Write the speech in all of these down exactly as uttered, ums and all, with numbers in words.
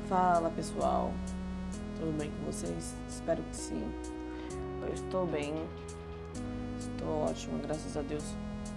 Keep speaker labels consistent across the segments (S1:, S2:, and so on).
S1: Fala pessoal, tudo bem com vocês? Espero que sim. Eu estou bem, estou ótimo, graças a Deus.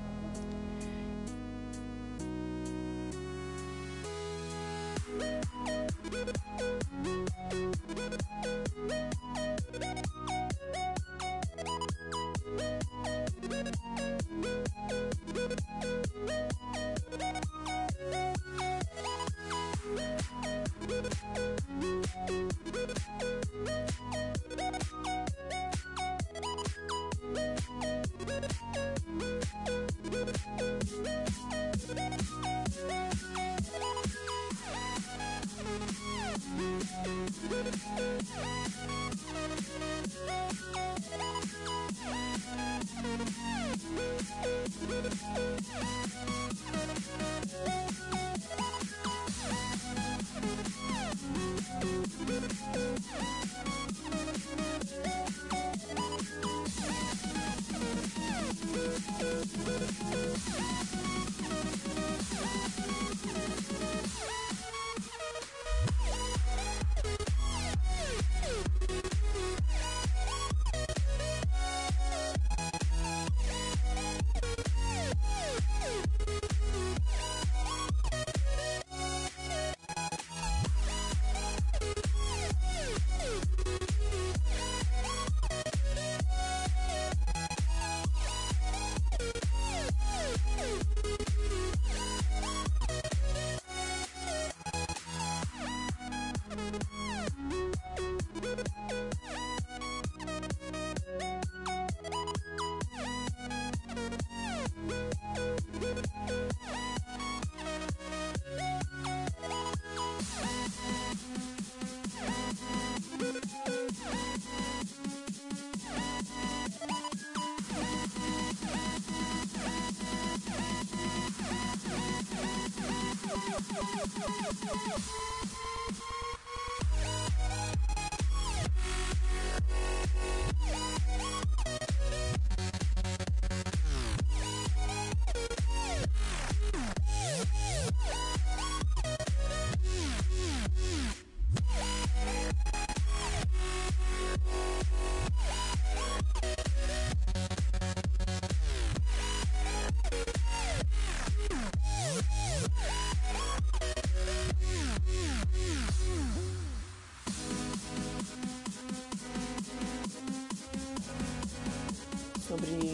S1: Sobre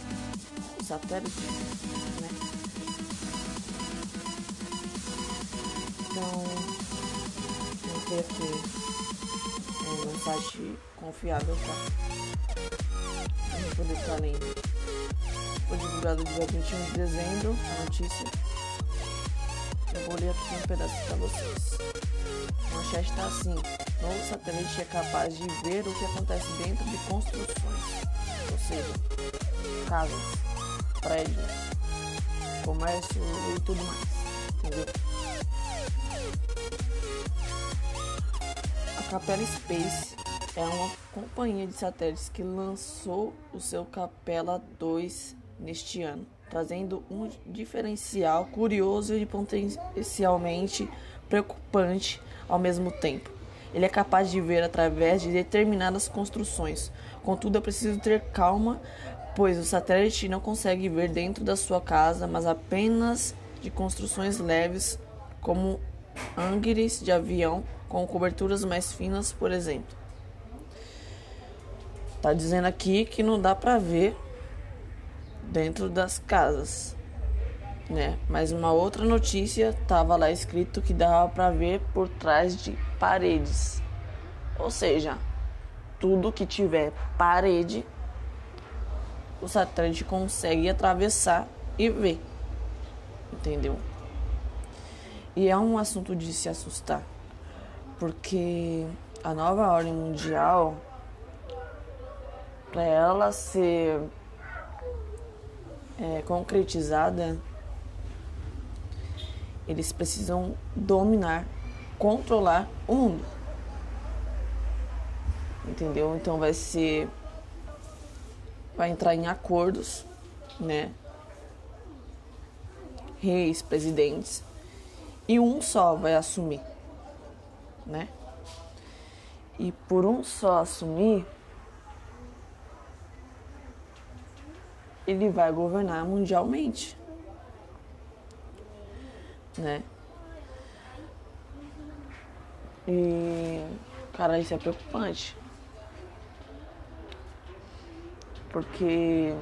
S1: o satélite, né? Então, eu tenho aqui é, um site confiável, tá? Eu vou poder estar lendo. Foi divulgado dia vinte e um de dezembro a notícia. Eu vou ler aqui um pedaço para vocês. A manchete está assim: novo satélite é capaz de ver o que acontece dentro de construções. Ou seja, casas, prédios, comércio e tudo mais, entendeu? A Capella Space é uma companhia de satélites que lançou o seu Capella dois neste ano, trazendo um diferencial curioso e potencialmente preocupante ao mesmo tempo. Ele é capaz de ver através de determinadas construções. Contudo, é preciso ter calma, pois o satélite não consegue ver dentro da sua casa, mas apenas de construções leves, como hangars de avião com coberturas mais finas, por exemplo. Tá dizendo aqui que não dá para ver dentro das casas, né? Mas uma outra notícia tava lá escrito que dava para ver por trás de paredes. Ou seja, tudo que tiver parede, o satélite consegue atravessar e ver. Entendeu? E é um assunto de se assustar, porque a nova ordem mundial, para ela ser é, concretizada, eles precisam dominar, controlar o mundo. Entendeu? Então vai ser... vai entrar em acordos, né? Reis, presidentes, e um só vai assumir, né? E por um só assumir, ele vai governar mundialmente, né? E, cara, isso é preocupante. Porque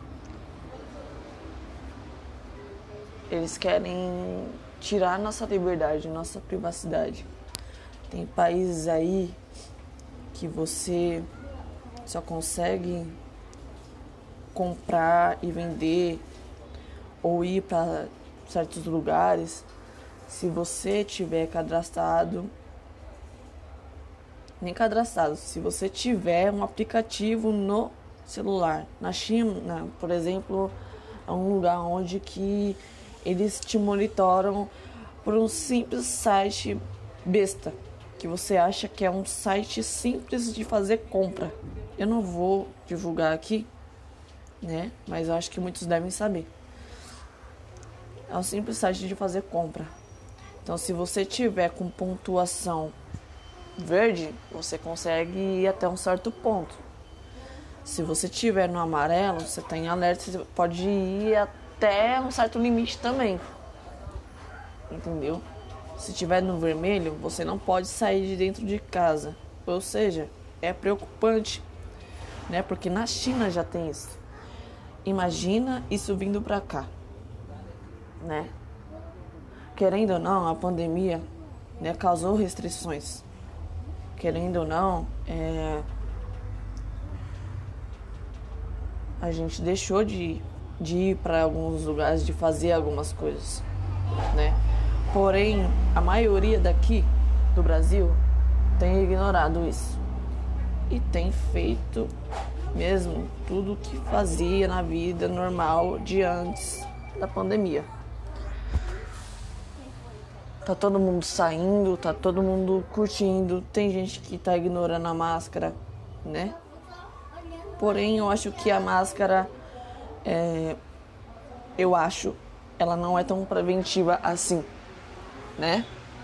S1: eles querem tirar nossa liberdade, nossa privacidade. Tem países aí que você só consegue comprar e vender ou ir para certos lugares se você tiver cadastrado, nem cadastrado, se você tiver um aplicativo no celular. Na China, por exemplo, é um lugar onde que eles te monitoram por um simples site besta, que você acha que é um site simples de fazer compra. Eu não vou divulgar aqui, né? Mas eu acho que muitos devem saber. É um simples site de fazer compra. Então, se você tiver com pontuação verde, você consegue ir até um certo ponto. Se você tiver no amarelo, você está em alerta, você pode ir até um certo limite também. Entendeu? Se tiver no vermelho, você não pode sair de dentro de casa. Ou seja, é preocupante, né? Porque na China já tem isso. Imagina isso vindo pra cá, né? Querendo ou não, a pandemia, né, causou restrições. Querendo ou não, é... a gente deixou de, de ir para alguns lugares, de fazer algumas coisas, né? Porém, a maioria daqui do Brasil tem ignorado isso e tem feito mesmo tudo o que fazia na vida normal de antes da pandemia. Tá todo mundo saindo, tá todo mundo curtindo, tem gente que tá ignorando a máscara, né? Porém, eu acho que a máscara, é, eu acho, ela não é tão preventiva assim, né?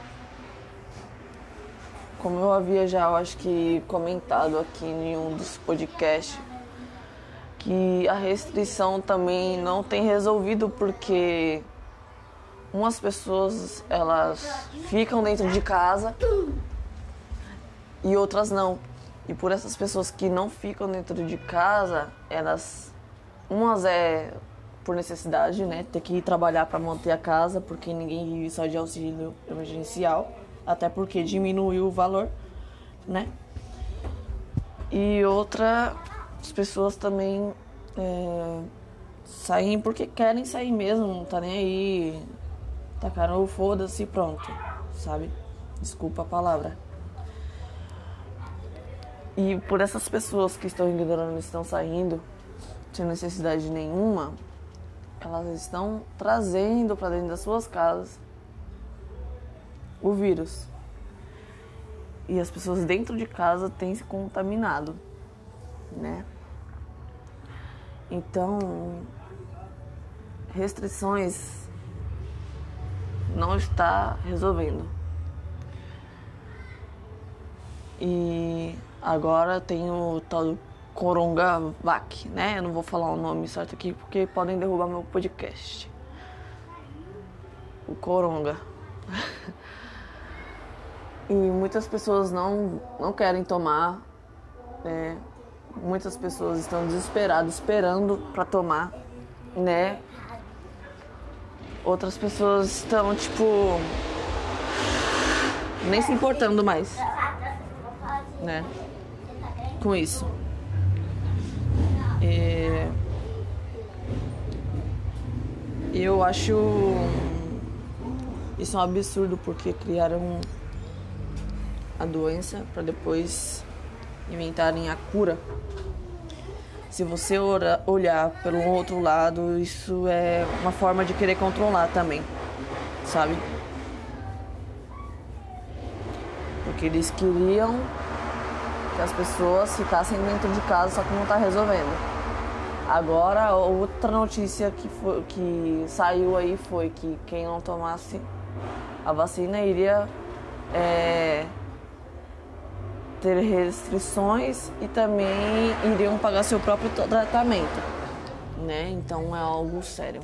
S1: Como eu havia já, eu acho que comentado aqui em um dos podcasts, que a restrição também não tem resolvido porque umas pessoas, elas ficam dentro de casa e outras não. E por essas pessoas que não ficam dentro de casa, elas, umas é por necessidade, né, ter que ir trabalhar para manter a casa, porque ninguém vive só de auxílio emergencial, até porque diminuiu o valor, né? E outra, as pessoas também é, saem porque querem sair mesmo, não tá nem aí, tacaram o foda-se e pronto, sabe? Desculpa a palavra. E por essas pessoas que estão ignorando, estão saindo sem necessidade nenhuma, elas estão trazendo para dentro das suas casas o vírus. E as pessoas dentro de casa têm se contaminado, né? Então, restrições não está resolvendo. E agora tem o tal do Coronavac, né? Eu não vou falar o nome certo aqui porque podem derrubar meu podcast. O Coronga. E muitas pessoas não, não querem tomar, né? Muitas pessoas estão desesperadas, esperando para tomar, né? Outras pessoas estão, tipo, nem se importando mais, né? Com isso. É... Eu acho isso um absurdo, porque criaram a doença para depois inventarem a cura. Se você ora, olhar pelo outro lado, isso é uma forma de querer controlar também, sabe? Porque eles queriam que as pessoas ficassem dentro de casa, só que não tá resolvendo. Agora, outra notícia que, foi, que saiu aí foi que quem não tomasse a vacina iria é, ter restrições e também iriam pagar seu próprio tratamento, né? Então é algo sério.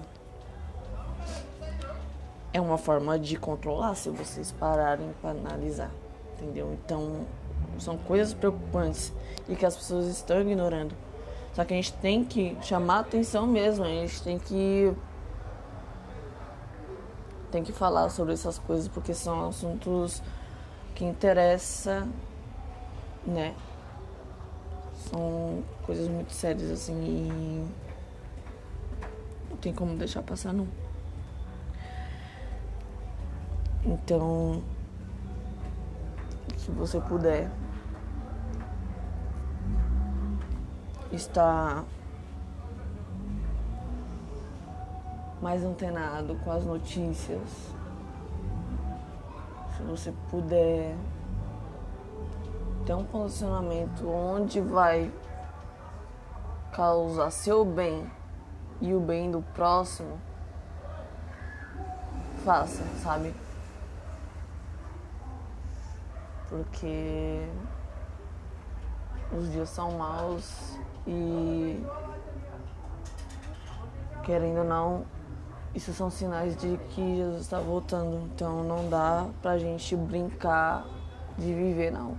S1: É uma forma de controlar se vocês pararem para analisar, entendeu? Então são coisas preocupantes e que as pessoas estão ignorando. Só que a gente tem que chamar a atenção mesmo, a gente tem que tem que falar sobre essas coisas porque são assuntos que interessam, né? São coisas muito sérias assim e não tem como deixar passar não. Então, se você puder estar mais antenado com as notícias, se você puder ter um posicionamento onde vai causar seu bem e o bem do próximo, faça, sabe? Porque os dias são maus e, querendo ou não, isso são sinais de que Jesus está voltando. Então não dá pra gente brincar de viver, não.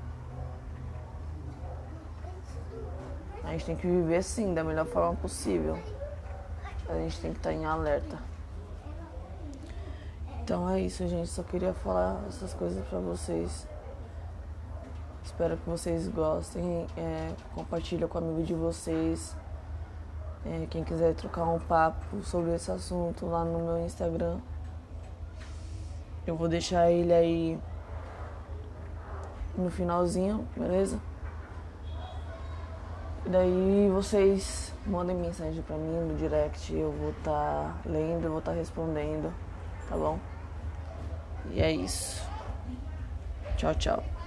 S1: A gente tem que viver sim, da melhor forma possível. A gente tem que estar em alerta. Então é isso, gente. Só queria falar essas coisas pra vocês. Espero que vocês gostem. É, compartilha com o amigo de vocês. É, quem quiser trocar um papo sobre esse assunto lá no meu Instagram, eu vou deixar ele aí no finalzinho, beleza? E daí vocês mandem mensagem pra mim no direct, eu vou estar tá lendo, eu vou estar tá respondendo, tá bom? E é isso. Tchau, tchau.